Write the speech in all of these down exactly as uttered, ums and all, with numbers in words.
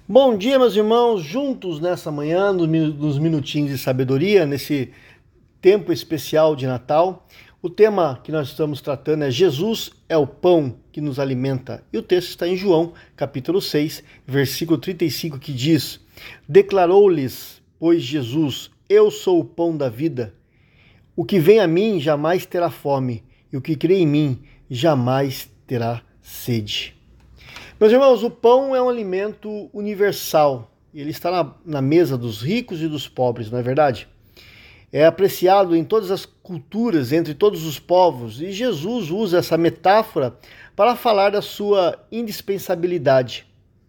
Bom dia, meus irmãos, juntos nessa manhã, nos minutinhos de sabedoria, nesse tempo especial de Natal. O tema que nós estamos tratando é Jesus é o pão que nos alimenta. E o texto está em João, capítulo seis, versículo trinta e cinco, que diz: Declarou-lhes, pois, Jesus: Eu sou o pão da vida. O que vem a mim jamais terá fome, e o que crê em mim jamais terá sede. Meus irmãos, o pão é um alimento universal. Ele está na, na mesa dos ricos e dos pobres, não é verdade? É apreciado em todas as culturas, entre todos os povos, e Jesus usa essa metáfora para falar da sua indispensabilidade.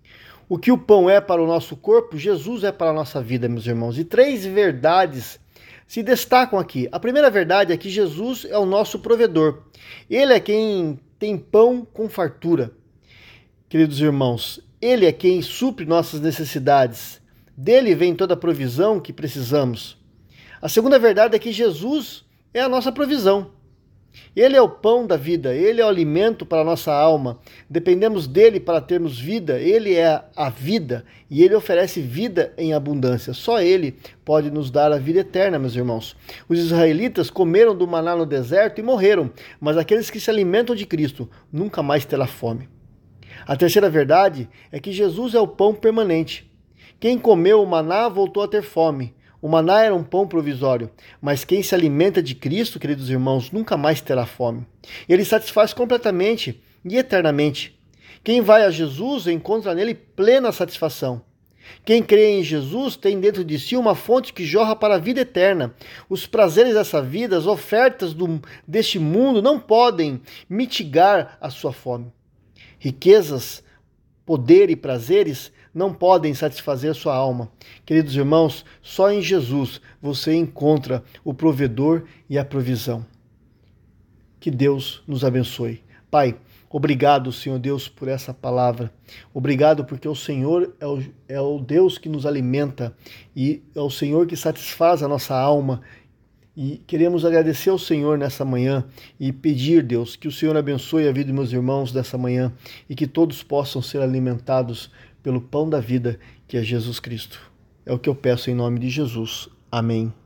O que o pão é para o nosso corpo, Jesus é para a nossa vida, meus irmãos. E três verdades se destacam aqui. A primeira verdade é que Jesus é o nosso provedor. Ele é quem tem pão com fartura. Queridos irmãos, Ele é quem supre nossas necessidades. Dele vem toda a provisão que precisamos. A segunda verdade é que Jesus é a nossa provisão. Ele é o pão da vida, Ele é o alimento para a nossa alma. Dependemos dele para termos vida, Ele é a vida e Ele oferece vida em abundância. Só Ele pode nos dar a vida eterna, meus irmãos. Os israelitas comeram do maná no deserto e morreram, mas aqueles que se alimentam de Cristo nunca mais terão fome. A terceira verdade é que Jesus é o pão permanente. Quem comeu o maná voltou a ter fome. O maná era um pão provisório, mas quem se alimenta de Cristo, queridos irmãos, nunca mais terá fome. Ele satisfaz completamente e eternamente. Quem vai a Jesus encontra nele plena satisfação. Quem crê em Jesus tem dentro de si uma fonte que jorra para a vida eterna. Os prazeres dessa vida, as ofertas do, deste mundo não podem mitigar a sua fome. Riquezas, poder e prazeres não podem satisfazer sua alma. Queridos irmãos, só em Jesus você encontra o provedor e a provisão. Que Deus nos abençoe. Pai, obrigado, Senhor Deus, por essa palavra. Obrigado porque o Senhor é o, é o Deus que nos alimenta e é o Senhor que satisfaz a nossa alma. E queremos agradecer ao Senhor nessa manhã e pedir, Deus, que o Senhor abençoe a vida dos meus irmãos dessa manhã e que todos possam ser alimentados pelo pão da vida, que é Jesus Cristo. É o que eu peço em nome de Jesus. Amém.